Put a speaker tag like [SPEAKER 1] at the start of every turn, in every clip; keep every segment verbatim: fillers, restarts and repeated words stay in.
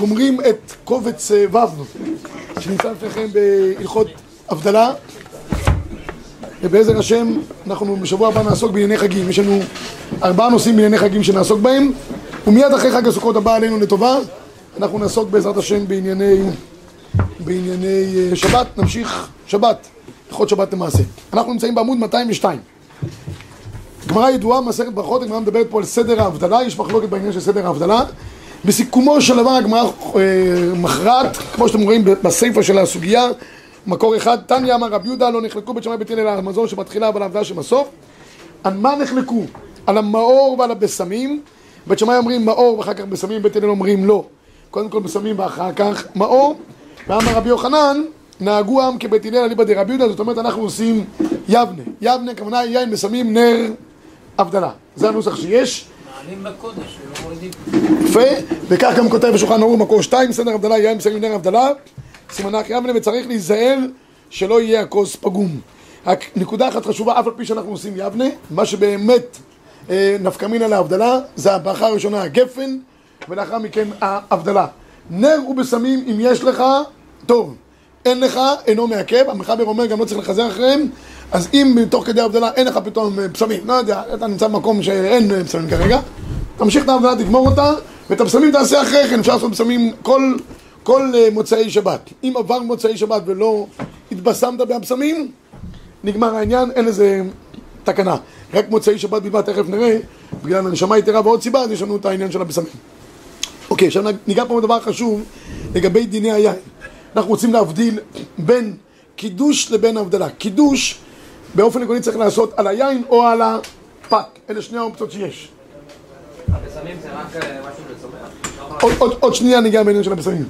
[SPEAKER 1] גומרים את קובץ ו' שנמצא לפניכם בהלכות הבדלה, ובעזר השם אנחנו בשבוע הבא נעסוק בענייני חגים. יש לנו ארבעה נושאים בענייני חגים שנעסוק בהם, ומיד אחרי חג הסוכות הבא עלינו לטובה אנחנו נעסוק בעזרת השם בענייני בענייני שבת. נמשיך שבת, הלכות שבת למעשה. אנחנו נמצאים בעמוד מאתיים ושתיים. גמרא ידועה, מסכת ברכות. הגמרא מדברת פה על סדר ההבדלה. יש מחלוקת בעניין של סדר ההבדלה. בסיכומו של דבר הגמרא אה, מכרעת, כמו שאתם רואים בסיפא של הסוגיה, מקור אחד, תניא אמר רבי יהודה, לא נחלקו בית שמאי ובית הלל על המזון שבתחילה ועל ההבדלה שבסוף. על מה נחלקו? על המאור ועל הבשמים. בית שמאי אומרים מאור ואחר כך בשמים, בית הלל אומרים לא, קודם כל בשמים ואחר כך מאור. ואמר רבי יוחנן, נהגו עם כבית הלל אליבא דרבי יהודה, זאת אומרת אנחנו עושים יבנה. יבנה כוונה יין בשמים נר הבדלה. זה הנוסח שיש.
[SPEAKER 2] מעלים בקודש, ולא מורידים.
[SPEAKER 1] יפה, וכך גם כותב בשולחן ערוך מקור שתיים, סדר הבדלה, יין בשמים נר הבדלה, סימנך יבנה, וצריך להיזהר שלא יהיה הכוס פגום. נקודה אחת חשובה, אף על פי שאנחנו עושים יבנה, מה שבאמת אה, נפקא מינה להבדלה, זה הברכה הראשונה, הגפן, ולאחר מכן ההבדלה. נר ובשמים, אם יש לך, טוב. אין לך, אינו מעכב. המחבר אומר גם לא צריך לחזר אחריהם. אז אם בתוך כדי ההבדלה אין לך פתאום בשמים, לא יודע, אתה נמצא במקום שאין בשמים כרגע, תמשיך את ההבדלה, תגמור אותה, ואת הבשמים תעשה אחרי כן. אפשר לעשות בשמים כל, כל מוצאי שבת. אם עבר מוצאי שבת ולא התבשמת בהבשמים, נגמר העניין, אין איזה תקנה. רק מוצאי שבת בלבד, תכף נראה, בגלל הנשמה יתרה ועוד סיבה, אז יש לנו את העניין של הבשמים. אוקיי, עכשיו ניגע פה בדבר חשוב לגבי דיני היין. אנחנו רוצים להבדיל בין קידוש לבין הבדלה. קידוש באופן עקרוני צריך לעשות על היין או על הפת. אלה שני האופציות שיש.
[SPEAKER 2] הבשמים זה רק משהו לצומח.
[SPEAKER 1] עוד, עוד, עוד שנייה ניגע בעניין של הבשמים.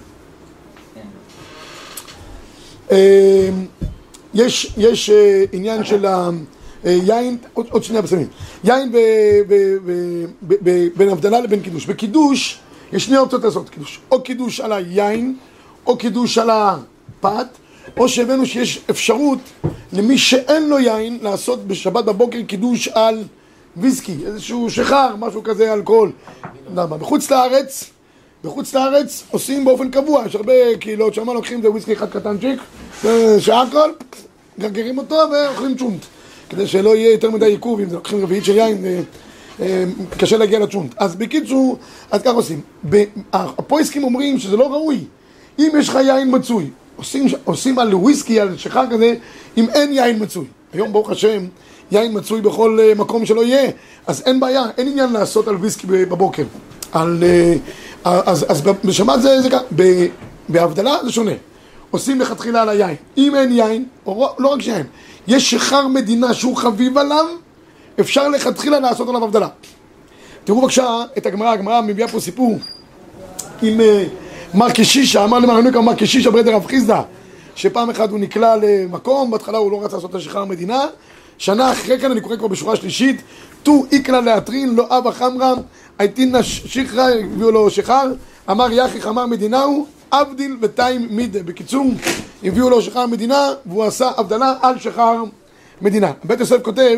[SPEAKER 1] יש, יש עניין של היין, עוד, עוד שנייה בשמים. יין ב, ב, ב, ב, ב, בין הבדלה לבין קידוש. בקידוש יש שני אופציות לעשות קידוש. או קידוש על היין, או קידוש על הפת, או שהבאנו שיש אפשרות למי שאין לו יין לעשות בשבת בבוקר קידוש על ויסקי, איזשהו שחר, משהו כזה, אלכוהול. למה? בחוץ לארץ, בחוץ לארץ עושים באופן קבוע, יש הרבה קהילות שמה לוקחים זה וויסקי אחד קטנצ'יק, שהכל, גרגרים אותו ואוכלים צ'ונט, כדי שלא יהיה יותר מדי עיכוב. אם זה לוקחים רביעית של יין, קשה להגיע לצ'ונט. אז בקיצור, אז כך עושים. הפויסקים אומרים שזה לא ראוי. אם יש לך יין מצוי, עושים, עושים על וויסקי, על שחר כזה, אם אין יין מצוי. היום ברוך השם, יין מצוי בכל uh, מקום שלא יהיה, אז אין בעיה, אין עניין לעשות על וויסקי בבוקר. על, uh, אז, אז בשבת זה, זה כך, בהבדלה זה שונה. עושים לכתחילה על היין. אם אין יין, או לא רק שיין, יש שחר מדינה שהוא חביב עליו, אפשר לכתחילה לעשות עליו הבדלה. תראו בבקשה את הגמרא, הגמרא מביאה פה סיפור עם... Uh, מר קשישה, אמר למרנוקה מר קשישה ברד רב חיסדא, שפעם אחת הוא נקלע למקום, בהתחלה הוא לא רצה לעשות את השחרר המדינה, שנה אחרי כאן, אני קורא כבר בשורה שלישית, תו איקלה לאטרין, לא אבא חמרה, הייתינה שחרר, הביאו לו שחר, אמר יחיך אמר מדינה הוא, אבדיל ותיים מידה. בקיצור, הביאו לו שחרר מדינה, והוא עשה הבדלה על שחרר מדינה. בית יוסף כותב,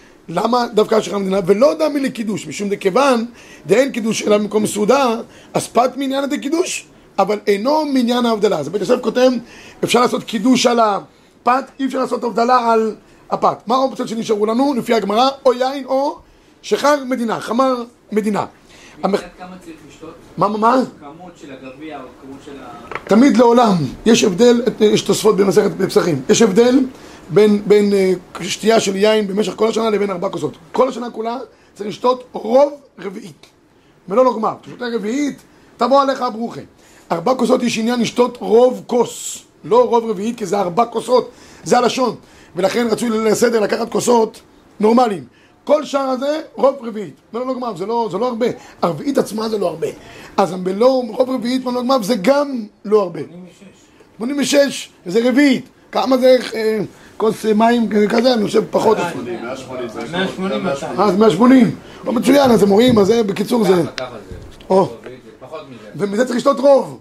[SPEAKER 1] למה דווקא שחרר מדינה? ולא דמי לקידוש, משום דכיוון, דאין קידוש אלא במקום סעודה, אז פת מעניין את הקידוש, אבל אינו מעניין ההבדלה. אז בית יוסף כותב, אפשר לעשות קידוש על הפת, אי אפשר לעשות הבדלה על הפת. מה האופציות שנשארו לנו? לפי הגמרא, או יין או שחר מדינה, חמר מדינה.
[SPEAKER 2] כמה צריך לשתות?
[SPEAKER 1] מה, מה, מה?
[SPEAKER 2] כמות של הגביע או כמות של ה...
[SPEAKER 1] תמיד לעולם. יש הבדל, יש תוספות במסכת בפסחים. יש הבדל בין, בין שתייה של יין במשך כל השנה לבין ארבע כוסות. כל השנה כולה צריך לשתות רוב רביעית. ולא לא גמר. תשותה רביעית, תבוא עליך הברוכה. ארבע כוסות יש עניין לשתות רוב כוס. לא רוב רביעית, כי זה ארבע כוסות. זה הלשון. ולכן רצו לסדר לקחת כוסות נורמליים. כל שער הזה רוב רביעית. ולא לא גמר, זה לא, זה לא הרבה. הרביעית עצמה זה לא הרבה. אז בלא רוב רביעית ולא גמר זה גם לא הרבה. שמונים ושש. זה רביעית. כמה זה... כוס מים כזה, אני חושב פחות.
[SPEAKER 2] מאה שמונים.
[SPEAKER 1] אז מאה שמונים. לא מצוין, אז הם רואים, אז זה בקיצור זה.
[SPEAKER 2] ככה זה.
[SPEAKER 1] פחות מזה. ומזה צריך לשתות רוב.
[SPEAKER 2] רוב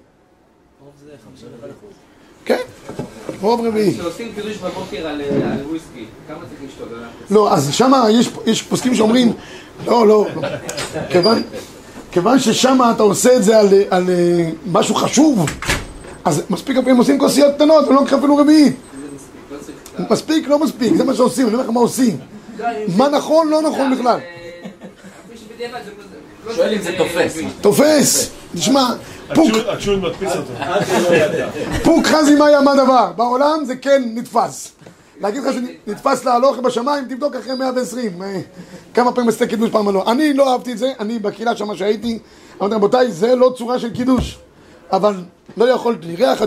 [SPEAKER 2] זה חמישים ואחד אחוז.
[SPEAKER 1] כן, רוב רביעי.
[SPEAKER 2] כשעושים קידוש בבוקר על וויסקי, כמה צריך לשתות?
[SPEAKER 1] לא, אז שמה יש פוסקים שאומרים, לא, לא, כיוון, כיוון ששם אתה עושה את זה על, על משהו חשוב, אז מספיק הם עושים כוסיות קטנות, ולא נקרא אפילו רביעית. מספיק, לא מספיק, זה מה שעושים, אני אומר לך מה עושים. מה נכון, לא נכון בכלל.
[SPEAKER 2] שואל אם זה תופס.
[SPEAKER 1] תופס, תשמע, פוק.
[SPEAKER 3] הצ'ון מדפיס אותו.
[SPEAKER 1] פוק חזי מה היה מה דבר, בעולם זה כן נתפס. להגיד לך שנתפס להלוך בשמיים, תבדוק אחרי מאה ועשרים. כמה פעמים עשיתי קידוש פעם לא. אני לא אהבתי את זה, אני בקהילה שמה שהייתי, אמרתי רבותיי, זה לא צורה של קידוש. אבל לא יכולתי, ריח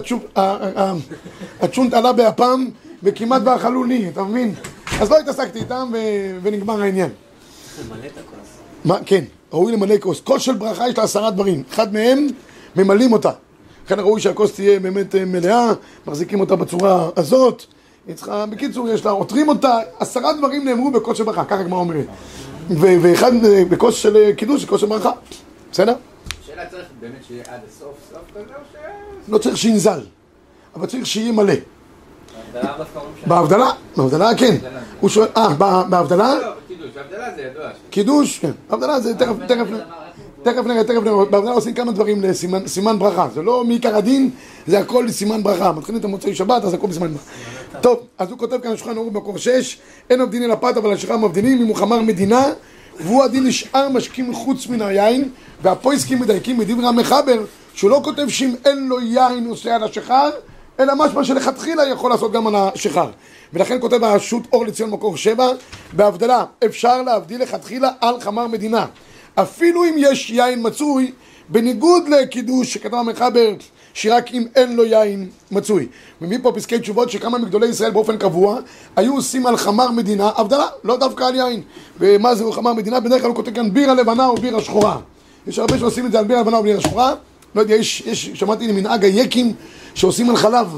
[SPEAKER 1] הצ'ונט עלה באפם וכמעט באכלו לי, אתה מבין? אז לא התעסקתי איתם ונגמר העניין.
[SPEAKER 2] מלא את הכוס.
[SPEAKER 1] מה? כן, ראוי למלא כוס. כוס של ברכה יש לה עשרה דברים, אחד מהם ממלאים אותה. לכן ראוי שהכוס תהיה באמת מלאה, מחזיקים אותה בצורה הזאת. צריכה, בקיצור, יש לה, עותרים אותה, עשרה דברים נאמרו בכוס של ברכה, ככה הגמרא אומרת. ואחד בכוס של קידוש, כוס של ברכה. בסדר?
[SPEAKER 2] שאלה צריך באמת שיהיה עד הסוף, סוף כזה או ש...
[SPEAKER 1] לא צריך שינזל, אבל צריך שיהיה מלא.
[SPEAKER 2] בהבדלה דווקא אומרים ש...
[SPEAKER 1] בהבדלה? בהבדלה כן. הוא שואל, אה, בהבדלה?
[SPEAKER 2] לא, קידוש, בהבדלה זה ידוע.
[SPEAKER 1] קידוש, כן. בהבדלה זה תכף, תכף, תכף נראה, תכף נראה. בהבדלה עושים כמה דברים לסימן ברכה. זה לא מעיקר הדין, זה הכל לסימן ברכה. מתחילים את המוצאי שבת, אז הכל בסימן ברכה. טוב, אז הוא כותב כאן שולחן ערוך במקור שש, אין מבדינים לפת אבל השכר מבדינים, אם הוא חמר מדינה, והוא הדין לשאר משקים חוץ מן היין, והפויסקים מדייקים בדברי המחבר, שהוא לא כותב שאם אין לו יין עושה על השכר, אלא משמע שלכתחילה יכול לעשות גם על השכר. ולכן כותב השו"ת אור לציון מקור שבע, בהבדלה אפשר להבדיל לכתחילה על חמר מדינה. אפילו אם יש יין מצוי, בניגוד לקידוש שכתב המחבר, שרק אם אין לו יין מצוי. ומפה פסקי תשובות שכמה מגדולי ישראל באופן קבוע, היו עושים על חמר מדינה, הבדלה, לא דווקא על יין. ומה זה חמר מדינה? בדרך כלל הוא כותב כאן בירה לבנה או בירה שחורה. יש הרבה שעושים את זה על בירה לבנה או בירה שחורה. לא יודע, יש, יש, שמעתי למנהג היקים שעושים על חלב.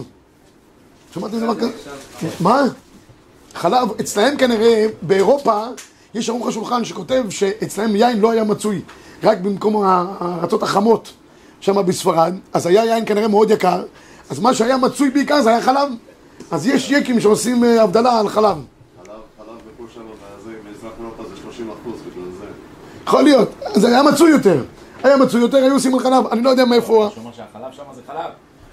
[SPEAKER 1] שמעתי דבר כזה? מה? חלב, אצלהם כנראה, באירופה, יש ערוך השולחן שכותב שאצלהם יין לא היה מצוי, רק במקום הארצות החמות, שם בספרד, אז היה יין כנראה מאוד יקר, אז מה שהיה מצוי בעיקר זה היה חלב. אז יש יקים שעושים הבדלה על חלב.
[SPEAKER 3] חלב, חלב בחוש שלו, וזה, מזרח אירופה זה שלושים אחוז בגלל זה.
[SPEAKER 1] יכול להיות, זה היה מצוי יותר. היה מצוי יותר, היו עושים על חלב, אני לא יודע מאיפה...
[SPEAKER 2] שאומר שהחלב שם זה חלב.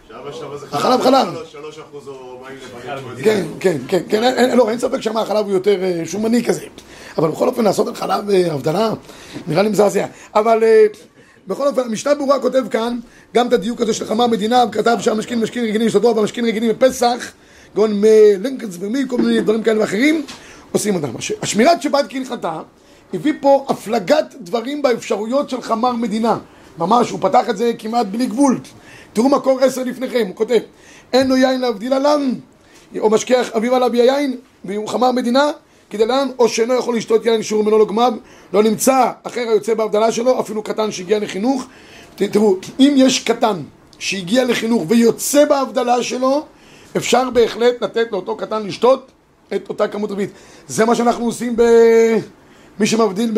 [SPEAKER 1] חלב חלב.
[SPEAKER 3] שלוש אחוז או מים לבנים.
[SPEAKER 1] כן, כן, כן, כן, לא, אין ספק שמה החלב הוא יותר שומני כזה. אבל בכל אופן לעשות על חלב הבדלה, נראה לי מזעזע. אבל בכל אופן, המשנה ברורה כותב כאן, גם את הדיוק הזה של חמר מדינה, כתב שהמשכין משכין רגילים יסודו, והמשכין רגילים בפסח, גאון מלינקנס ומי, כל מיני דברים כאלה ואחרים, עושים אותם. השמירת שבת כהלכתה, הביא פה הפלגת דברים באפשרויות של חמר מדינה. ממש, הוא פתח את זה כמעט בלי גבול. תראו מקור עשר לפניכם, הוא כותב, אין לו יין להבדיל עליו, או משכח אביו עליו יין, והוא חמר מדינה, כדי להם, או שאינו יכול לשתות יין שיעור ממנו לא גמב, לא נמצא אחר היוצא בהבדלה שלו, אפילו קטן שהגיע לחינוך. תראו, אם יש קטן שהגיע לחינוך ויוצא בהבדלה שלו, אפשר בהחלט לתת לאותו קטן לשתות את אותה כמות רביעית. זה מה שאנחנו עושים ב... מי שמבדיל ב...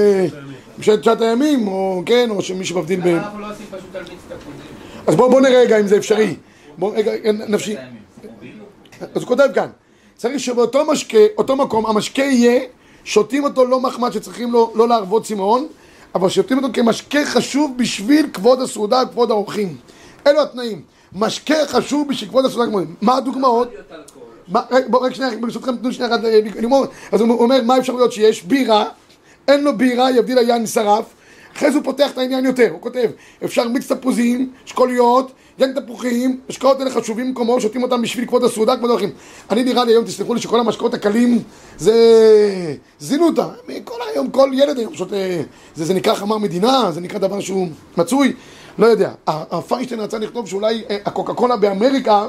[SPEAKER 1] בשעת תשעת הימים, או כן, או שמי שמבדיל ב...
[SPEAKER 2] אנחנו לא עושים פשוט על מיץ תפוזים.
[SPEAKER 1] אז בואו בוא נראה רגע אם זה אפשרי. בואו רגע, נפשי. אז הוא כותב כאן, צריך שבאותו משקה, אותו מקום, המשקה יהיה, שותים אותו לא מחמד שצריכים לו, לא להרוות צמאון, אבל שותים אותו כמשקה חשוב בשביל כבוד הסעודה, כבוד האורחים. אלו התנאים. משקה חשוב בשביל כבוד הסעודה, כבוד. מה הדוגמאות? בואו רק שנייה, ברשותכם תנו שנייה אחת לגמור. אז הוא אומר, מה האפשרויות שיש? בירה, אין לו בירה, יבדיל היין שרף. אחרי זה הוא פותח את העניין יותר, הוא כותב, אפשר מיץ תפוזים, אשכוליות, יין תפוחים, השקעות האלה חשובים כמו, שותים אותם בשביל כבוד הסעודה, כבוד האורחים. אני נראה לי היום, תסלחו לי, שכל המשקאות הקלים זה זינותה. כל היום, כל ילד היום שותה, זה, זה נקרא חמר מדינה, זה נקרא דבר שהוא מצוי, לא יודע. הפיינשטיין רצה לכתוב שאולי הקוקה קולה באמריקה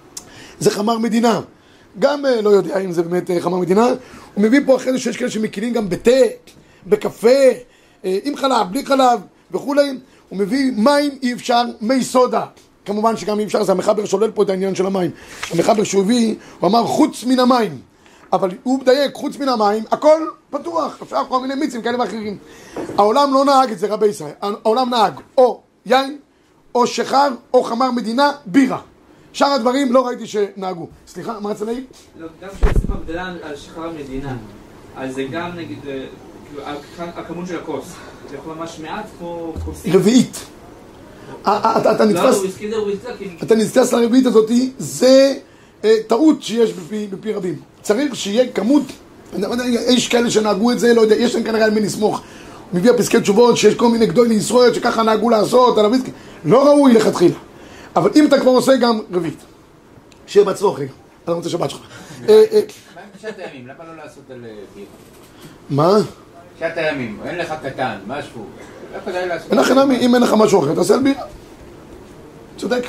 [SPEAKER 1] זה חמר מדינה. גם לא יודע אם זה באמת חמר מדינה. הוא מביא פה אחרי זה שיש כאלה שמקילים גם בתה, בקפה, עם חלב, בלי חלב וכולי. הוא מביא מים, אי אפשר, מי סודה. כמובן שגם אי אפשר, זה המחבר שולל פה את העניין של המים. המחבר שהוא הביא, הוא אמר חוץ מן המים. אבל הוא מדייק, חוץ מן המים, הכל פתוח. אפשר כל מיני מיצים כאלה ואחרים. העולם לא נהג את זה, רבי ישראל. העולם נהג או יין, או שחר, או חמר מדינה, בירה. שאר הדברים לא ראיתי שנהגו. סליחה, מה רצה להגיד?
[SPEAKER 2] לא, גם כשעושים הבדלה על שחר המדינה, אז זה גם נגיד, כאילו, הכמות של הכוס. זה יכול ממש מעט כמו כוסית.
[SPEAKER 1] רביעית. אתה נתפס... אתה נתפס לרביעית הזאת, זה טעות שיש בפי רבים. צריך שיהיה כמות, יש כאלה שנהגו את זה, לא יודע, יש להם כנראה על מי נסמוך. הוא מביא פסקי תשובות שיש כל מיני גדולי ישראל שככה נהגו לעשות, לא ראוי לכתחילה. אבל אם אתה כבר עושה גם רביעית, שיהיה בהצלוח רגע, אני רוצה שבת שלך.
[SPEAKER 4] מה עם תשעת הימים? למה לא לעשות על בירה?
[SPEAKER 1] מה?
[SPEAKER 4] תשעת הימים, אין לך קטן, משהו. לא כדאי לעשות...
[SPEAKER 1] אין לך נמי, אם אין לך משהו אחר, תעשה על בירה. צודק.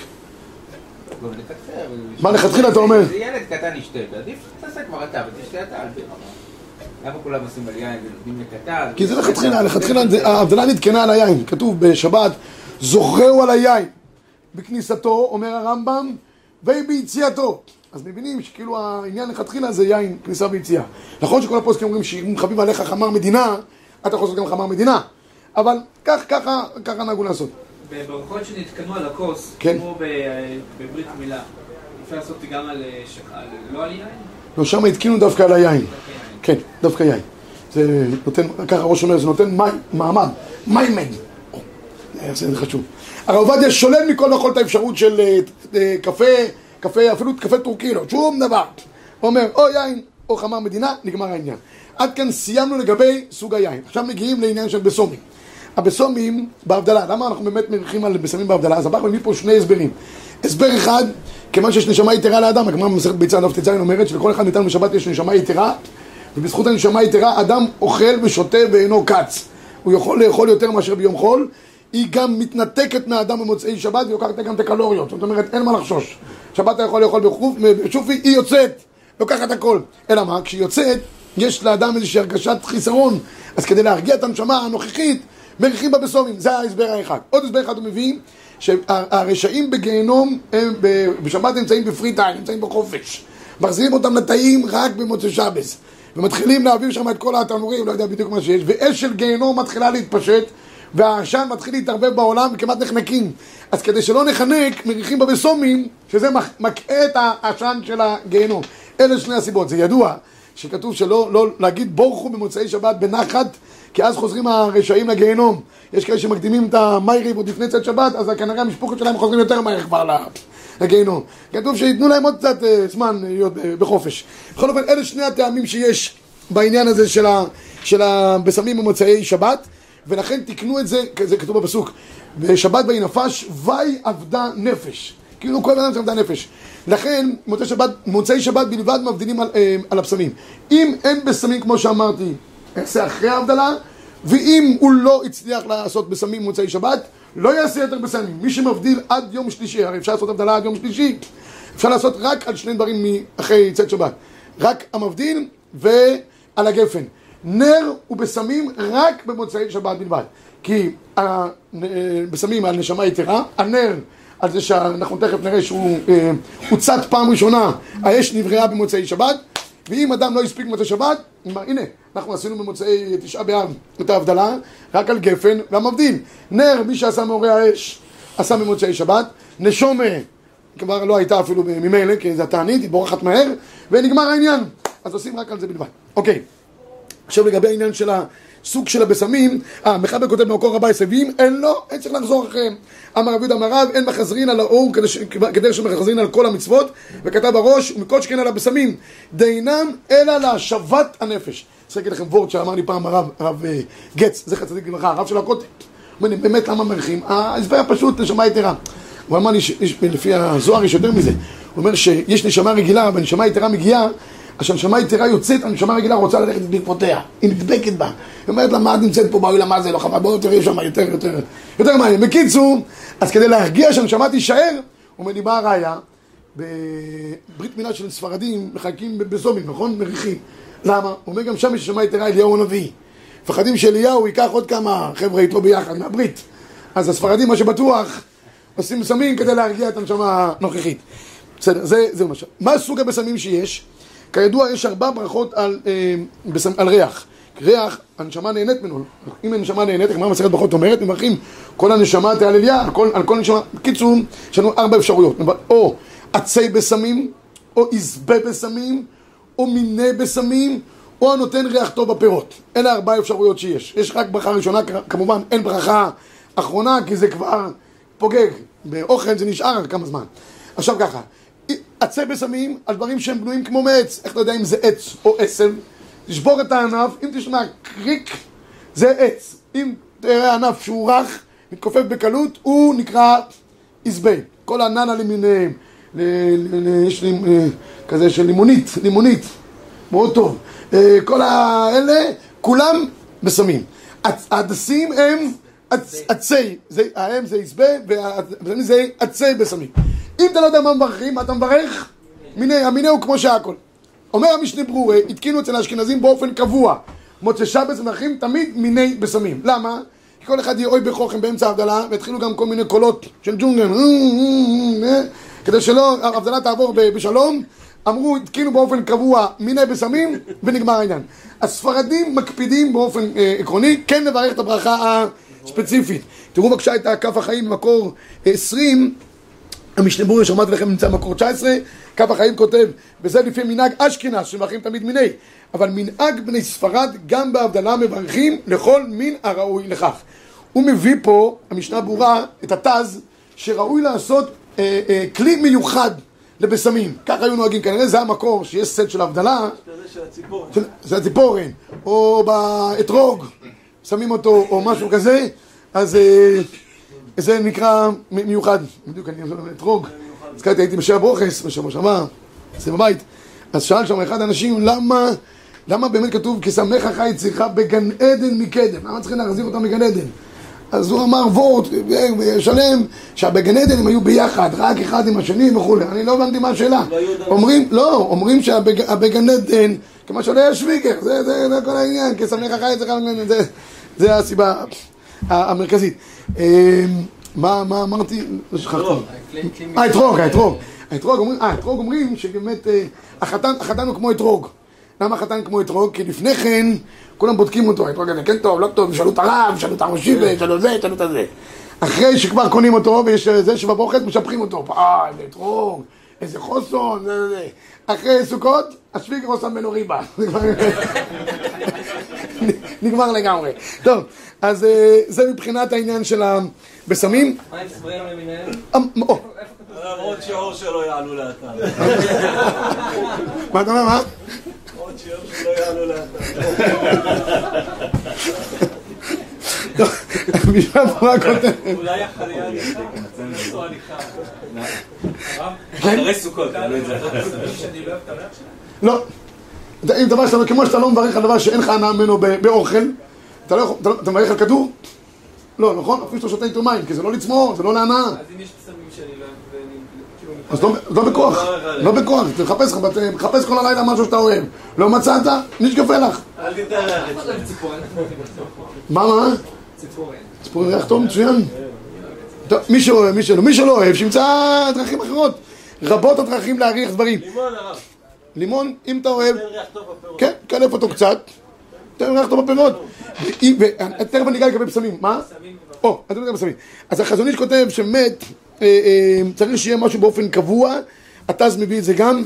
[SPEAKER 1] מה לכתחילה אתה אומר?
[SPEAKER 4] זה ילד קטן ישתה, ועדיף תעשה כבר אתה, ותשתה אתה על בירה. למה כולם עושים על יין ונותנים לקטן?
[SPEAKER 1] כי זה לכתחילה, לכתחילה, ההבדלה נתקנה על היין. כתוב בשבת, זוכרו על היין. בכניסתו, אומר הרמב"ם, וביציאתו. אז מבינים שכאילו העניין לכתחילה זה יין, כניסה ויציאה. נכון שכל הפוסקים אומרים שאם חביב עליך חמר מדינה, אתה יכול לעשות גם חמר מדינה. אבל כך, ככה, ככה נהגו לעשות.
[SPEAKER 2] בברכות שנתקנו על הכוס,
[SPEAKER 1] כן.
[SPEAKER 2] כמו בברית מילה, אפשר לעשות גם על, לא על יין?
[SPEAKER 1] לא, שם התקינו דווקא על היין. כן, דווקא יין. זה נותן, ככה ראש אומר, זה נותן מעמד, מיימד. זה חשוב. הרב עובדיה שולל מכל וכל את האפשרות של קפה, קפה, אפילו קפה טורקי, לא, שום דבר. הוא אומר, או יין, או חמר מדינה, נגמר העניין. עד כאן סיימנו לגבי סוג היין. עכשיו מגיעים לעניין של בסומים. הבסומים בהבדלה, למה אנחנו באמת מריחים על בסמים בהבדלה? אז הבא מביא פה שני הסברים. הסבר אחד, כיוון שיש נשמה יתרה לאדם, הגמרא במסכת ביצה דף ט"ז אומרת שלכל אחד מאיתנו בשבת יש נשמה יתרה, ובזכות הנשמה יתרה אדם אוכל ושותה ואינו קץ. הוא יכול לאכול יותר מאשר ביום חול. היא גם מתנתקת מהאדם במוצאי שבת ולוקחת גם את הקלוריות. זאת אומרת, אין מה לחשוש. שבת אתה יכול לאכול בשופי, היא יוצאת, לוקחת הכל. אלא מה? כשהיא יוצאת, יש לאדם איזושהי הרגשת חיסרון. אז כדי להרגיע את הנשמה הנוכחית, מריחים בה בסומים. זה ההסבר האחד. עוד הסבר אחד הוא מביא, שהרשעים בגיהנום, הם בשבת נמצאים בפרי טיים, נמצאים בחופש. מחזירים אותם לתאים רק במוצאי שבת. ומתחילים להעביר שם את כל התנורים, לא יודע בדיוק מה שיש, ואש של גיהנום מתחילה להתפשט, והעשן מתחיל להתערבב בעולם וכמעט נחנקים. אז כדי שלא נחנק, מריחים בבסומים, שזה מקעה את העשן של הגיהנום. אלה שני הסיבות. זה ידוע שכתוב שלא לא, להגיד בורכו במוצאי שבת בנחת, כי אז חוזרים הרשעים לגיהנום. יש כאלה שמקדימים את המיירי עוד לפני צאת שבת, אז כנראה המשפחות שלהם חוזרים יותר מהר כבר לגיהנום. כתוב שיתנו להם עוד קצת זמן להיות בחופש. בכל אופן, אלה שני הטעמים שיש בעניין הזה של, ה, של הבסמים במוצאי שבת, ולכן תקנו את זה, זה כתוב בפסוק, בשבת בי נפש, וי עבדה נפש. כאילו כל אדם שעבדה נפש. לכן, מוצאי שבת, מוצאי שבת בלבד מבדילים על, על הבשמים. אם אין בסמים, כמו שאמרתי, יעשה אחרי ההבדלה, ואם הוא לא הצליח לעשות בסמים מוצאי שבת, לא יעשה יותר בסמים. מי שמבדיל עד יום שלישי, הרי אפשר לעשות הבדלה עד יום שלישי, אפשר לעשות רק על שני דברים אחרי צאת שבת. רק המבדיל ועל הגפן. נר הוא בסמים רק במוצאי שבת בלבד. כי בסמים על נשמה יתרה, הנר על זה שאנחנו תכף נראה שהוא הוצת פעם ראשונה, האש נבראה במוצאי שבת, ואם אדם לא הספיק במוצאי שבת, הנה, אנחנו עשינו במוצאי תשעה באב את ההבדלה, רק על גפן והמבדיל. נר, מי שעשה מאורי האש, עשה במוצאי שבת, נשומה, כבר לא הייתה אפילו ממילא, כי זה התענית, היא בורחת מהר, ונגמר העניין. אז עושים רק על זה בלבד. אוקיי. עכשיו לגבי העניין של הסוג של הבסמים, המחבר כותב במקור רבה יסבים, אין לו, אין צריך לחזור אחריהם. אמר רבי יהודה אמר רב, אין מחזרין על האור כדרך שמחזרין על כל המצוות, וכתב בראש, ומכל שכן על הבסמים, דינם אלא להשבת הנפש. צריך להגיד לכם וורד שאמר לי פעם הרב, הרב גץ, זכר צדיק לברכה, הרב של הכותל. אומר לי, באמת למה מריחים? ההסבר הפשוט, נשמה יתרה. הוא אמר לי, לפי הזוהר יש יותר מזה. הוא אומר שיש נשמה רגילה, והנשמה יתרה מגיעה, כשהנשמה יתרה יוצאת, הנשמה רגילה רוצה ללכת בעקבותיה, היא נדבקת בה. היא אומרת לה, מה את נמצאת פה בעולם, מה זה לא חבל, בואו יותר יש שם יותר, יותר, יותר מעניין. בקיצור, אז כדי להרגיע שהנשמה תישאר, הוא אומר לי, מה הראיה? בברית מילה של ספרדים מחכים בסומים, נכון? מריחים. למה? הוא אומר גם שם יש נשמה יתרה אליהו הנביא. מפחדים שאליהו ייקח עוד כמה חבר'ה איתו ביחד מהברית. אז הספרדים, מה שבטוח, עושים סמים כדי להרגיע את הנשמה הנוכחית. בסדר, זה, זה למשל. מה סוג הבסמים שיש? כידוע, יש ארבע ברכות על, אה, בסמ... על ריח. ריח, הנשמה נהנית ממנו. אם הנשמה נהנית, כמו מסכת ברכות אומרת, מברכים כל הנשמה תהלליה, על כל, על כל נשמה. בקיצור, יש לנו ארבע אפשרויות. או עצי בסמים, או עזבי בסמים, או מיני בסמים, או הנותן ריח טוב בפירות. אלה ארבע אפשרויות שיש. יש רק ברכה ראשונה, כמובן אין ברכה אחרונה, כי זה כבר פוגג. באוכל זה נשאר כמה זמן. עכשיו ככה, עצי בשמים על דברים שהם בנויים כמו מעץ. איך אתה יודע אם זה עץ או עשב? תשבור את הענף, אם תשמע קריק, זה עץ. אם תראה ענף שהוא רך, מתכופף בקלות, הוא נקרא עזבי. כל הננה למיניהם, יש לי כזה של לימונית, לימונית, מאוד טוב. כל האלה, כולם בשמים. הדסים הם עצי, הם זה עזבי, והבשמים זה עצי בשמים. אם אתה לא יודע מה מברכים, אתה מברך, המיני הוא כמו שהכל. אומר המשנה ברורה, התקינו אצל האשכנזים באופן קבוע. מוצא שבת מברכים תמיד מיני בשמים. למה? כי כל אחד יהיה אוי בחוכם באמצע ההבדלה, והתחילו גם כל מיני קולות של ג'ונגל, כדי שלא ההבדלה תעבור בשלום. אמרו, התקינו באופן קבוע מיני בשמים, ונגמר העניין. הספרדים מקפידים באופן עקרוני, כן לברך את הברכה הספציפית. תראו בבקשה את כף החיים במקור עשרים, המשנה ברורה שאמרתי לכם נמצא במקור תשע עשרה, כף החיים כותב, וזה לפי מנהג אשכנז, שמברכים תמיד מיני, אבל מנהג בני ספרד גם בהבדלה מברכים לכל מין הראוי לכך. הוא מביא פה, המשנה ברורה, את התז, שראוי לעשות אה, אה, כלי מיוחד לבשמים. כך היו נוהגים, כנראה זה המקור שיש סט של הבדלה,
[SPEAKER 3] של הציפורן.
[SPEAKER 1] של, של הציפורן, או באתרוג, שמים אותו, או משהו כזה, אז אה, זה נקרא מיוחד. בדיוק, אני אומר אתרוג. אז כעת הייתי בשעה ברוכס, בשבוע שעבר, זה בבית. אז שאל שם אחד האנשים, למה, למה באמת כתוב, כי שמח חי יצירך בגן עדן מקדם? למה צריכים להחזיר אותם בגן עדן? אז הוא אמר וורט, שלם, שבגן עדן הם היו ביחד, רק אחד עם השני וכו'. אני לא הבנתי מה השאלה. אומרים, לא, אומרים שהבגן עדן, כמו שעולה השוויגר, זה, זה, זה כל העניין, כי שמח חי יצירך בגן עדן, זה, זה הסיבה המרכזית. מה, מה אמרתי? אה, אתרוג, האתרוג. האתרוג אומרים, אה, האתרוג אומרים שבאמת החתן, החתן הוא כמו אתרוג. למה החתן כמו אתרוג? כי לפני כן כולם בודקים אותו, האתרוג הזה כן טוב, לא טוב, שאלו את הרב, שאלו את המשיבה, שאלו את זה, שאלו את זה. אחרי שכבר קונים אותו ויש זה שבברוכת משפחים אותו. אה, איזה אתרוג, איזה חוסון, זה זה. אחרי סוכות, השוויגר עושה ממנו ריבה. נגמר לגמרי. טוב, אז זה מבחינת העניין של הבשמים.
[SPEAKER 2] מה עם ספרים למיניהם?
[SPEAKER 3] עוד שיעור שלא יעלו לאתר.
[SPEAKER 1] מה אתה אומר, מה?
[SPEAKER 3] עוד שיעור שלא יעלו לאתר.
[SPEAKER 1] בשביל מה כותב?
[SPEAKER 2] אולי החלייה נעשו הליכה. אחרי סוכות, תעלו את זה. שאני לא אוהב את הריח שלה?
[SPEAKER 1] לא. אם דבר שאתה, כמו שאתה לא מברך על דבר שאין לך הנאה ממנו באוכל, אתה מברך על כדור? לא, נכון? אפילו שאתה שותה איתו מים, כי זה לא לצמור, זה לא להנאה.
[SPEAKER 2] אז אם יש פסמים שאני לא אוהב,
[SPEAKER 1] אז לא בכוח, לא בכוח, תחפש, תחפש כל הלילה משהו שאתה אוהב. לא מצאת? נשקפה לך.
[SPEAKER 3] אל תתארח.
[SPEAKER 1] מה, מה?
[SPEAKER 2] ציפורן.
[SPEAKER 1] ציפורן ריח טוב מצוין. מי שאוהב, מי שלא, מי שלא אוהב, שימצא דרכים אחרות. רבות הדרכים להריח דברים.
[SPEAKER 3] לימון הרב.
[SPEAKER 1] לימון, אם אתה אוהב,
[SPEAKER 3] תן ריח טוב בפירות.
[SPEAKER 1] כן, קלף אותו קצת, תן ריח טוב בפירות. תכף אני אגע לגבי בשמים, מה? או, אתה יודע בשמים. אז החזון איש כותב שבאמת צריך שיהיה משהו באופן קבוע. התז מביא את זה גם,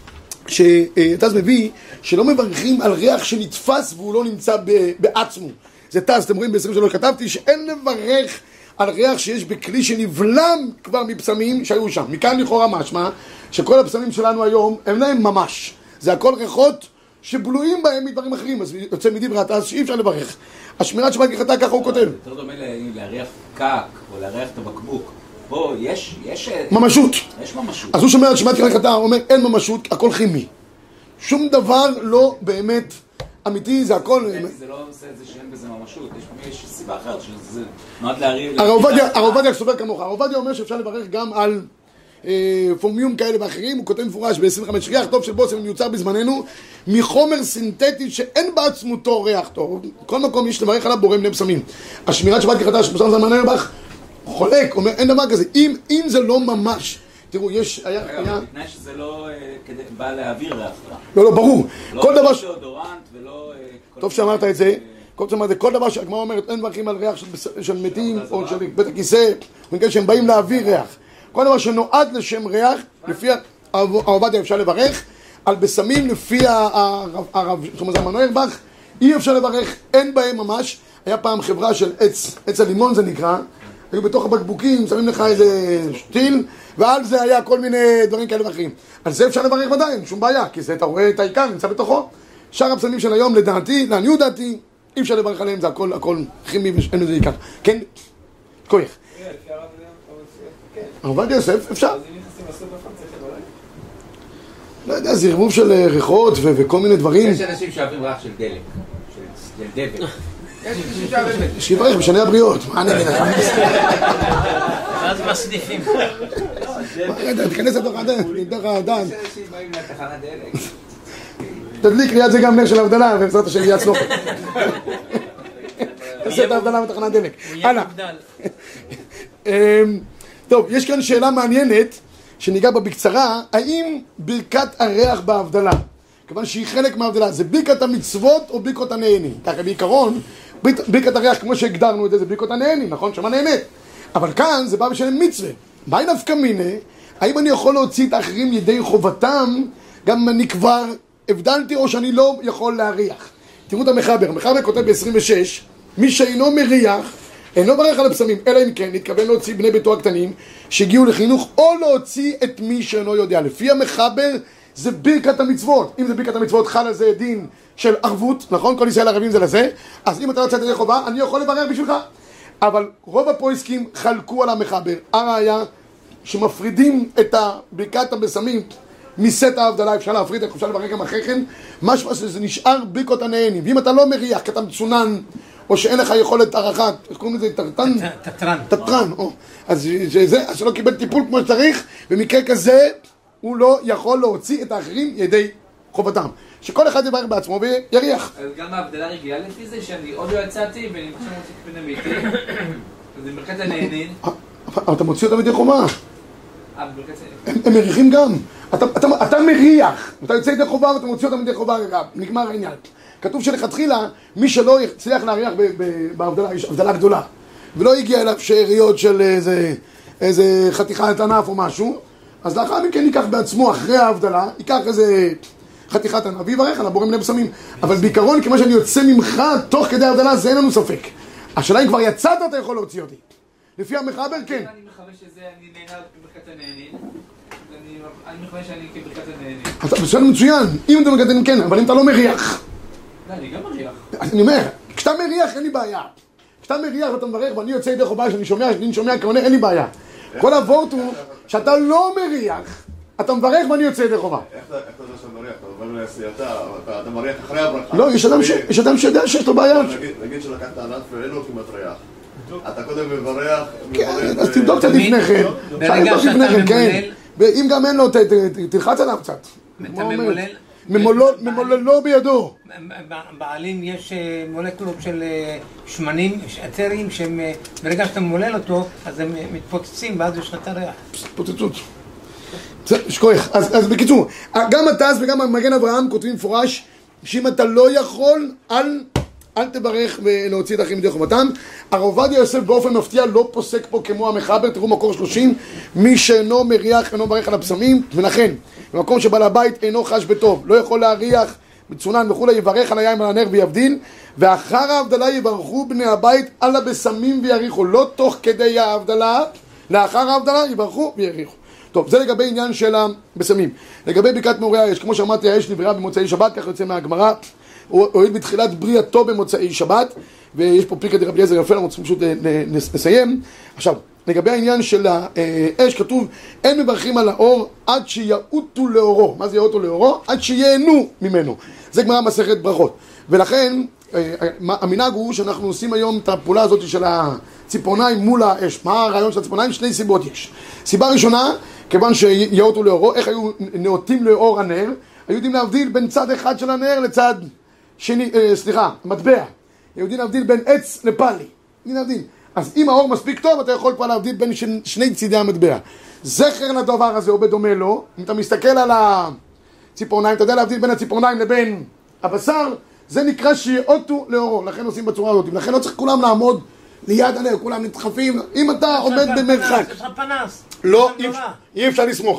[SPEAKER 1] שהתז מביא שלא מברכים על ריח שנתפס והוא לא נמצא בעצמו. זה תז, אתם רואים ב-עשרים ושלוש כתבתי שאין לברך על ריח שיש בכלי שנבלם כבר מבשמים שהיו שם. מכאן לכאורה משמע שכל הבשמים שלנו היום הם להם ממש. זה הכל ריחות שבלויים בהם מדברים אחרים, אז יוצא מדברי התז שאי אפשר לברך. השמירת שבת כחטא, ככה הוא כותב.
[SPEAKER 4] יותר דומה להריח קק או להריח את הבקבוק. פה יש, יש...
[SPEAKER 1] ממשות.
[SPEAKER 4] יש ממשות.
[SPEAKER 1] אז הוא שומע על שבת כחטא, הוא אומר אין ממשות, הכל כימי. שום דבר לא באמת אמיתי, זה הכל...
[SPEAKER 4] זה לא עושה את זה שאין בזה ממשות, יש סיבה אחרת שזה נועד להריח...
[SPEAKER 1] הרב עובדיה סובר כמוך, הרב עובדיה אומר שאפשר לברך גם על פורמיום כאלה ואחרים. הוא כותב מפורש ב-עשרים וחמש, ריח טוב של בושם מיוצר בזמננו מחומר סינתטי שאין בעצמותו ריח טוב. כל מקום יש לברך עליו בורא מיני בשמים. השמירת שבת כחטא שפורסם זמן נרבך חולק, אומר אין דבר כזה. אם, אם זה לא ממש, תראו, יש... היה...
[SPEAKER 4] היה... בתנאי שזה לא כדי, בא להעביר ריח רע.
[SPEAKER 1] לא, לא, ברור.
[SPEAKER 4] לא
[SPEAKER 1] כל דבר...
[SPEAKER 4] דאודורנט ולא...
[SPEAKER 1] טוב שאמרת את זה. כל שאמרת, כל דבר שהגמרא אומרת, אין מברכים על ריח של, של מתים או של בית הכיסא, בגלל שהם באים להעביר ריח. כל דבר שנועד לשם ריח, לפי העובדיה אפשר לברך, על בשמים לפי הרב, זאת אומרת, המנוי ארבך, אי אפשר לברך, אין בהם ממש. היה פעם חברה של עץ, עץ הלימון זה נקרא, היו בתוך הבקבוקים, שמים לך איזה שתיל, ועל זה היה כל מיני דברים כאלה ואחרים. על זה אפשר לברך ודאי, אין שום בעיה, כי זה, אתה רואה את העיקר, נמצא בתוכו. שאר הבשמים של היום, לדעתי, לעניות דעתי, אי אפשר לברך עליהם, זה הכל, הכל כימי ואין לזה עיקר. כן? כוח. עובדיה יוסף, אפשר. לא יודע, זה ערבוב של ריחות וכל מיני דברים.
[SPEAKER 4] יש אנשים שאוהבים ריח של דלק, של דבק. יש אנשים שאוהבים...
[SPEAKER 1] שיברך בשני הבריאות, מה אני מבין?
[SPEAKER 5] ואז מסניפים.
[SPEAKER 1] תיכנס לתוך הדן, לתוך הדן.
[SPEAKER 4] יש אנשים באים לתחנת דלק.
[SPEAKER 1] תדליק ליד זה גם נר של הבדלה, ובעזרת השם יצלח. תעשה את ההבדלה בתחנת דלק. הלאה. טוב, יש כאן שאלה מעניינת, שניגע בה בקצרה, האם ברכת הריח בהבדלה, כיוון שהיא חלק מההבדלה, זה ברכת המצוות או ברכות הנהנים? ככה בעיקרון, ברכת הריח כמו שהגדרנו את זה, זה ברכות הנהנים, נכון? שמה נהנית. אבל כאן זה בא בשם מצווה. מהי נפקא מינה? האם אני יכול להוציא את האחרים ידי חובתם, גם אם אני כבר הבדלתי או שאני לא יכול להריח? תראו את המחבר, המחבר כותב ב-עשרים ושש, מי שאינו מריח, אינו ברך על הבשמים, אלא אם כן, נתכוון להוציא בני ביתו הקטנים שהגיעו לחינוך, או להוציא את מי שאינו יודע. לפי המחבר, זה ברכת המצוות. אם זה ברכת המצוות, חל על זה דין של ערבות, נכון? כל ישראל ערבים זה לזה. אז אם אתה רוצה לתת חובה, אני יכול לברך בשבילך. אבל רוב הפויסקים חלקו על המחבר. הראיה שמפרידים את ברכת הבשמים מסט ההבדלה, אפשר להפריד, אפשר לברך גם אחרי כן. משהו שזה נשאר ברכות הנהנים. ואם אתה לא מריח, כי אתה מצונן, או שאין לך יכולת ערכת, איך קוראים לזה? טרטן?
[SPEAKER 5] טטרן.
[SPEAKER 1] טטרן, או. אז זה, אז שלא קיבל טיפול כמו שצריך, במקרה כזה, הוא לא יכול להוציא את האחרים ידי חובתם. שכל אחד יברך בעצמו ויריח.
[SPEAKER 2] אז גם ההבדלה רגילה לפי זה, שאני עוד לא יצאתי, ואני עכשיו מוציא את פני ביתי, אז זה ברכת הנהנין.
[SPEAKER 1] אבל אתה מוציא אותם ידי חומה.
[SPEAKER 2] אה, ברכת
[SPEAKER 1] הנהנין. הם מריחים גם. אתה מריח, אתה יוצא ידי חובה ואתה מוציא אותם ידי חובה, נגמר העניין. כתוב שלכתחילה, מי שלא יצליח להריח בהבדלה, יש הבדלה גדולה, ולא הגיע אליו שאריות של איזה, איזה חתיכת ענף או משהו, אז לאחר מכן ייקח בעצמו אחרי ההבדלה, ייקח איזה חתיכת ענף, ויברך על הבורא מיני בשמים. אבל בעיקרון, כמו שאני יוצא ממך תוך כדי ההבדלה, זה אין לנו ספק. השאלה אם כבר יצאת, אתה יכול להוציא אותי. לפי המחבר, כן.
[SPEAKER 2] אני מכוון שזה, אני נהנה בברכת הנהנין. אני מכוון שאני כברכת הנהנין.
[SPEAKER 1] אתה בסדר מצוין, אם אתה ברכת הנהנין, כן, אבל אם אתה לא מריח.
[SPEAKER 2] אני גם מריח.
[SPEAKER 1] אני אומר, כשאתה מריח אין לי בעיה. כשאתה מריח ואתה מברך ואני יוצא ידי חובה שאני שומע, שאני שומע כעונה, אין לי בעיה. כל הוורט הוא שאתה לא מריח, אתה מברך ואני יוצא ידי חובה.
[SPEAKER 3] איך אתה יודע שאתה מריח? אתה עובר לעשייתה, אתה מריח אחרי הברכה.
[SPEAKER 1] לא, יש אדם שיודע שיש לו בעיה.
[SPEAKER 3] נגיד שלקחת ענף ואין לו כמעט ריח. אתה קודם מברך...
[SPEAKER 1] כן, אז תבדוק את לפני כן.
[SPEAKER 5] ברגע שאתה ממולל...
[SPEAKER 1] ואם גם אין לו, תלחץ עליו קצת.
[SPEAKER 5] אתה ממולל...
[SPEAKER 1] ממוללו בידו.
[SPEAKER 5] בעלים יש מולקולות של שמנים, עצרים, שהם ברגע שאתה ממולל אותו, אז הם מתפוצצים ואז יש לך את הריח.
[SPEAKER 1] פוצצות. שכוח. אז בקיצור, גם הטס וגם המגן אברהם כותבים מפורש, שאם אתה לא יכול, אל... אל תברך ולהוציא את האחרים ידי חובתם. הרב עובדיה יוסף באופן מפתיע לא פוסק פה כמו המחבר, תראו מקור שלושים, מי שאינו מריח אינו מברך על הבשמים, ולכן במקום שבעל הבית אינו חש בטוב, לא יכול להריח מצונן וכולי, יברך על היין ועל הנר ויבדיל, ואחר ההבדלה יברכו בני הבית על הבשמים ויריחו, לא תוך כדי ההבדלה, לאחר ההבדלה יברכו ויריחו. טוב, זה לגבי עניין של הבשמים. לגבי ברכת מוריה יש, כמו שאמרתי, האש נבראה במוצאי שבת, כך יוצא מהגמרא, הועיל בתחילת בריאתו במוצאי שבת, ויש פה פרקא דרבי אליעזר יפה, אנחנו צריכים פשוט לסיים. עכשיו, לגבי העניין של האש, כתוב, אין מברכים על האור עד שיעוטו לאורו. מה זה יעוטו לאורו? עד שיהנו ממנו. זה גמרא מסכת ברכות. ולכן, המנהג הוא שאנחנו עושים היום את הפעולה הזאת של הציפורניים מול האש. מה הרעיון של הציפורניים? שני סיבות יש. סיבה ראשונה, כיוון שיעוטו לאורו, איך היו נאותים לאור הנר? היו יודעים להבדיל בין צד אחד של הנר לצד שני, אה, סליחה, מטבע. יודעים להבדיל בין עץ לפלי. יודעים להבדיל. אז אם האור מספיק טוב, אתה יכול פה להבדיל בין ש... שני צידי המטבע. זכר לדבר הזה, או בדומה לו, אם אתה מסתכל על הציפורניים, אתה יודע להבדיל בין הציפורניים לבין הבשר, זה נקרא שיעוטו לאורו. לכן עושים בצורה הזאת. לכן לא צריך כולם לעמוד ליד הנר, כולם נדחפים. אם אתה עומד במרחק.
[SPEAKER 5] יש לך פנס.
[SPEAKER 1] לא, אי אפשר לסמוך על זה.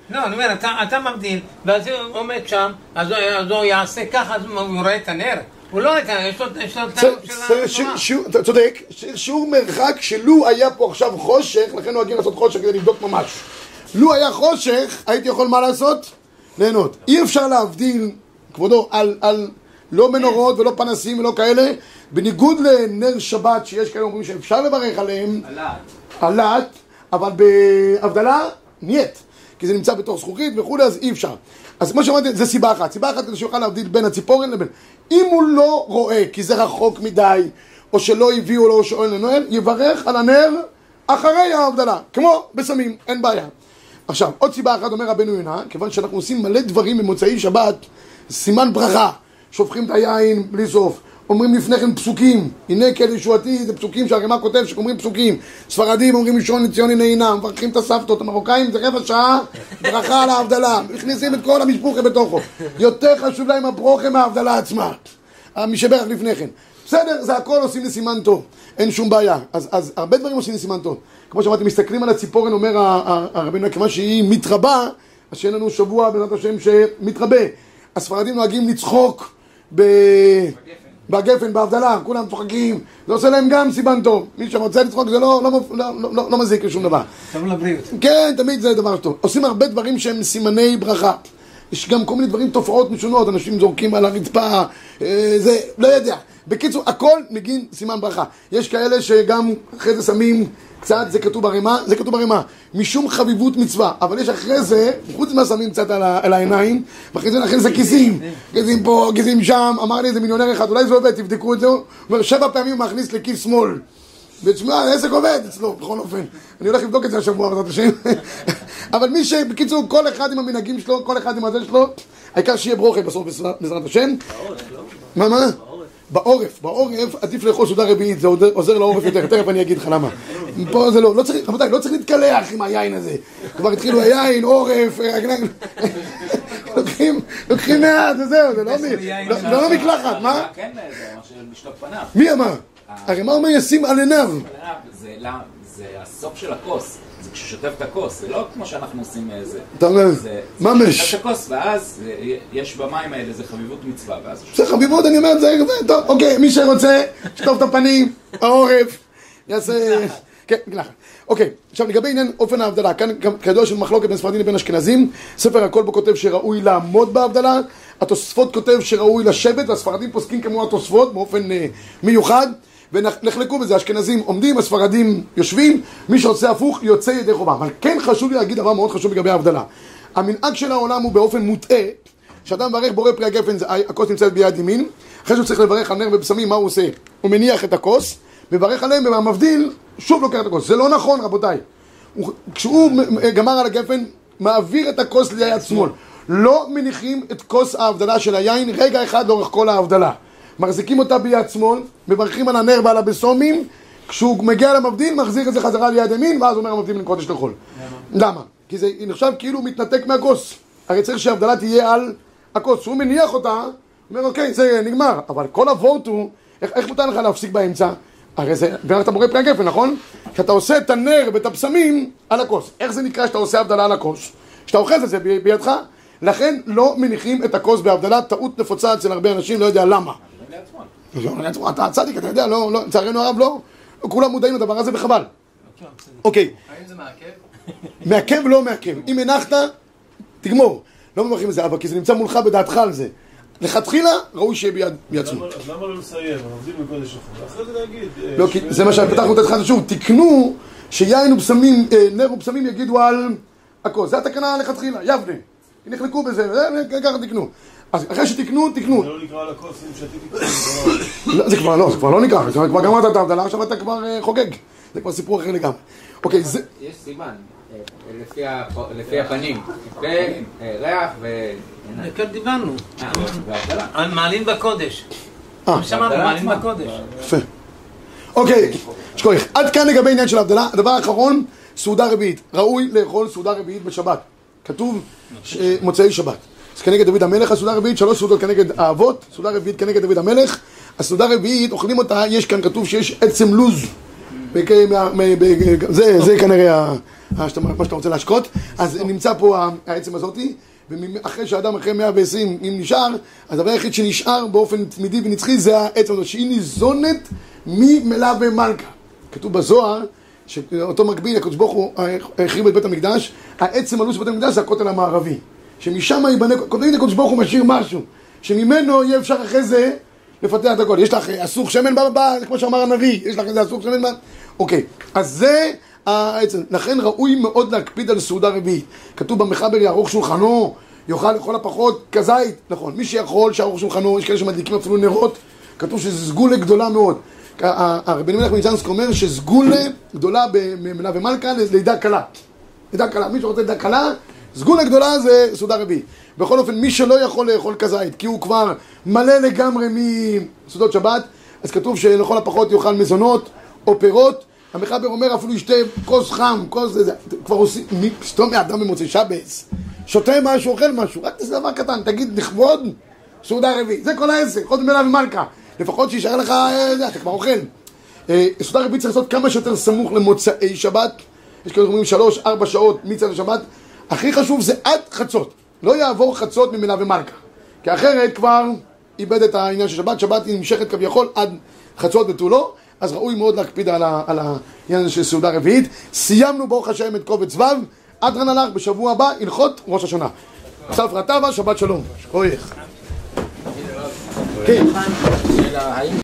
[SPEAKER 5] לא, אני אומר, אתה מבדיל, ואז הוא עומד שם, אז הוא יעשה ככה, אז הוא רואה את הנר. הוא לא את הנר, יש לו את הנר של התורה.
[SPEAKER 1] אתה צודק, שיעור מרחק שלו היה פה עכשיו חושך, לכן נוהגים לעשות חושך כדי לבדוק ממש. לו היה חושך, הייתי יכול מה לעשות? ליהנות. אי אפשר להבדיל, כבודו, על לא מנורות ולא פנסים ולא כאלה, בניגוד לנר שבת שיש כאלה אומרים שאפשר לברך עליהם, עלת, אבל בהבדלה נייט, כי זה נמצא בתוך זכוכית וכו', אז אי אפשר. אז כמו שאמרתי, זה סיבה אחת. סיבה אחת כדי שיוכל להבדיל בין הציפורן לבין. אם הוא לא רואה, כי זה רחוק מדי, או שלא הביאו לו, או שאין לנועל, יברך על הנר אחרי ההבדלה. כמו בסמים, אין בעיה. עכשיו, עוד סיבה אחת אומר רבנו יונה, כיוון שאנחנו עושים מלא דברים במוצאי שבת, סימן ברכה, שופכים את היין בלי סוף, אומרים לפני כן פסוקים, הנה כל ישועתי, זה פסוקים שהרמ"א כותב שאומרים פסוקים, ספרדים אומרים ראשון לציון הנה עינם, מברכים את הסבתות, המרוקאים זה רבע שעה, ברכה על ההבדלה, מכניסים את כל המשפוחה בתוכו, יותר חשוב להם הברוכה מההבדלה עצמה, משברך לפני כן, בסדר, זה הכל עושים לסימן טוב, אין שום בעיה, אז, אז הרבה דברים עושים לסימן טוב, כמו שאמרתי, מסתכלים על הציפורן, אומר הרבינו, כמה שהיא מתרבה, אז שאין לנו שבוע בעזרת השם שמתרבה, הספרדים נוהגים לצחוק ב... בגפן, בהבדלה, כולם צוחקים, זה עושה להם גם סימן טוב. מי שרוצה לצחוק זה לא, לא, לא, לא, לא מזיק לשום דבר.
[SPEAKER 5] טוב לבריאות.
[SPEAKER 1] כן, תמיד זה דבר טוב. עושים הרבה דברים שהם סימני ברכה. יש גם כל מיני דברים, תופעות משונות, אנשים זורקים על הרצפה, זה, לא יודע. בקיצור, הכל מגין סימן ברכה. יש כאלה שגם אחרי זה שמים קצת, זה כתוב ברמ"א, זה כתוב ברמ"א, משום חביבות מצווה, אבל יש אחרי זה, חוץ מה שמים קצת על, על העיניים, ואחרי זה לכן זה כיסים, כיסים פה, כיסים שם, אמר לי איזה מיליונר אחד, אולי זה עובד, תבדקו את זה, הוא אומר, שבע פעמים הוא מכניס לכיס שמאל, ותשמע, העסק עובד אצלו, בכל אופן, אני הולך לבדוק את זה השבוע, בעזרת השם, אבל מי שבקיצור, כל אחד עם המנהגים שלו, כל אחד עם הזה שלו, העיקר שיהיה ברוכה בסוף בעזרת השם. מה, מה? בעורף, בעורף עדיף לאכול סעודה רביעית, זה עוזר לעורף יותר, תכף אני אגיד לך למה. פה זה לא, לא צריך, רבותיי, לא צריך להתקלח עם היין הזה. כבר התחילו היין, עורף, לוקחים, לוקחים מעט, וזהו, זה לא מקלחת, מה?
[SPEAKER 2] כן, זה מה שמשטוף פניו.
[SPEAKER 1] מי אמר? הרי מה אומר ישים על עיניו?
[SPEAKER 2] זה הסוף של הכוס. זה כששוטף את הכוס, זה לא כמו שאנחנו עושים איזה...
[SPEAKER 1] אתה אומר, ממש.
[SPEAKER 2] שוטף את הכוס, ואז יש במים האלה, זה חביבות מצווה, ואז...
[SPEAKER 1] זה חביבות, אני אומר, זה... טוב, אוקיי, מי שרוצה, שטוף את הפנים, העורף, יעשה... כן, גלחת. אוקיי, עכשיו לגבי עניין אופן ההבדלה, כאן כידוע של מחלוקת בין ספרדים לבין אשכנזים, ספר הכל בו כותב שראוי לעמוד בהבדלה, התוספות כותב שראוי לשבת, והספרדים פוסקים כמו התוספות, באופן מיוחד, ונחלקו בזה, אשכנזים עומדים, הספרדים יושבים, מי שעושה הפוך יוצא ידי חובה. אבל כן חשוב לי להגיד דבר מאוד חשוב לגבי ההבדלה. המנהג של העולם הוא באופן מוטעה, שאדם מברך בורא פרי הגפן, הכוס נמצאת ביד ימין, אחרי שהוא צריך לברך על נר ובשמים, מה הוא עושה? הוא מניח את הכוס, מברך עליהם, והמבדיל שוב לוקח את הכוס. זה לא נכון, רבותיי. כשהוא גמר על הגפן, מעביר את הכוס ליד שמאל. לא מניחים את כוס ההבדלה של היין רגע אחד לאורך כל ההבדלה. מחזיקים אותה ביד שמאל, מברכים על הנר ועל הבסומים, כשהוא מגיע למבדיל, מחזיר את זה חזרה ליד ימין, ואז אומר המבדיל לנקות יש לאכול. למה? כי זה נחשב כאילו הוא מתנתק מהכוס. הרי צריך שההבדלה תהיה על הכוס. הוא מניח אותה, הוא אומר, אוקיי, זה נגמר. אבל כל הוורט הוא, איך, איך מותר לך להפסיק באמצע? הרי זה, ואתה בורא פרי הגפן, נכון? שאתה עושה את הנר ואת הבשמים על הכוס. איך זה נקרא שאתה עושה הבדלה על הכוס? שאתה אוחז את זה ב- בידך? לכן לא מניחים את הכוס בהבדלה, טעות נפוצה אצל הרבה אנשים, לא יודע למה. אתה צדיק, אתה יודע, לא, לא, צערנו הרב, לא, כולם מודעים לדבר הזה וחבל. אוקיי.
[SPEAKER 5] האם זה מעכב?
[SPEAKER 1] מעכב לא מעכב. אם הנחת, תגמור. לא מברכים את זה, אבל כי זה נמצא מולך בדעתך על זה. לכתחילה, ראוי שיהיה ביד שמאל.
[SPEAKER 3] אז למה לא לסיים? מבדיל בקודש החול. אחרי זה להגיד...
[SPEAKER 1] לא, כי זה מה שפתחנו את התחלת שוב. תקנו שיין ובשמים, נר ובשמים יגידו על הכוס. זה התקנה לכתחילה, יבנה. נחלקו בזה, ככה תקנו. אז אחרי שתקנו, תקנו.
[SPEAKER 3] זה לא נקרא על הכוס, אם שתיתי...
[SPEAKER 1] זה כבר לא, זה כבר לא נקרא. כבר גמרת את ההבדלה, עכשיו אתה כבר חוגג. זה כבר סיפור אחר לגמרי. אוקיי, זה...
[SPEAKER 4] יש סימן, לפי הפנים. ריח ו...
[SPEAKER 5] כאן דיברנו.
[SPEAKER 4] והבדלה.
[SPEAKER 5] על מעלים בקודש.
[SPEAKER 1] אה.
[SPEAKER 5] שמענו, מעלים בקודש.
[SPEAKER 1] יפה. אוקיי, שכוח. עד כאן לגבי עניין של ההבדלה. הדבר האחרון, סעודה רביעית. ראוי לאכול סעודה רביעית בשבת. כתוב מוצאי שבת. אז כנגד דוד המלך, הסעודה רביעית, שלוש סעודות כנגד האבות, סעודה רביעית כנגד דוד המלך. הסעודה רביעית, אוכלים אותה, יש כאן כתוב שיש עצם לוז. זה כנראה מה שאתה רוצה להשקות. אז נמצא פה העצם הזאתי, ואחרי שהאדם אחרי מאה ועשרים אם נשאר, אז הדבר היחיד שנשאר באופן תמידי ונצחי זה העצם הזאת, שהיא ניזונת ממלווה מלכה. כתוב בזוהר שאותו מקביל, הקדוש ברוך הוא החריב את בית המקדש, העצם הלו"ז בבית המקדש זה הכותל המערבי, שמשם ייבנה, קודם הקדוש ברוך הוא משאיר משהו שממנו יהיה אפשר אחרי זה לפתח את הכל. יש לך אסוך שמן בבא, כמו שאמר הנביא, יש לך איזה אסוך שמן בבא. אוקיי, אז זה העצם. לכן ראוי מאוד להקפיד על סעודה רביעית. כתוב במחבר יערוך שולחנו, יאכל לכל הפחות כזית. נכון, מי שיכול שיערוך שולחנו, יש כאלה שמדליקים אפילו נרות, כתוב שזה סגולה גדולה מאוד. הרבנו מלך מניסנסק אומר שסגולה גדולה במלווה מלכה לידה קלה. לידה קלה, מי שרוצה לידה קלה, סגולה גדולה זה סעודה רביעית. בכל אופן, מי שלא יכול לאכול כזית, כי הוא כבר מלא לגמרי מסעודות שבת, אז כתוב שלכל הפחות יאכל מזונות או פירות. המחבר אומר אפילו ישתה כוס חם, כוס זה, כבר עושים, פתאום מאדם במוצאי שבס, שותה משהו, אוכל משהו, רק זה דבר קטן, תגיד לכבוד סעודה רביעית, זה כל העסק, חוץ מלווה מלכה, לפחות שישאר לך, זה, אתה כבר אוכל. סעודה רביעית צריך לעשות כמה שיותר סמוך למוצאי שבת, יש כאלה אומרים שלוש, ארבע שעות מצד השבת, הכי חשוב זה עד חצות, לא יעבור חצות ממלווה מלכה, כי אחרת כבר איבד את העניין של שבת, שבת היא נמשכת כביכול עד חצות ותו לא, אז ראוי מאוד להקפיד על, ה, על העניין של סעודה רביעית. סיימנו ברוך השם את קובץ ו', עד רן הלך בשבוע הבא, הלכות ראש השנה. סלף רטבה, שבת שלום. שכוייך. כן.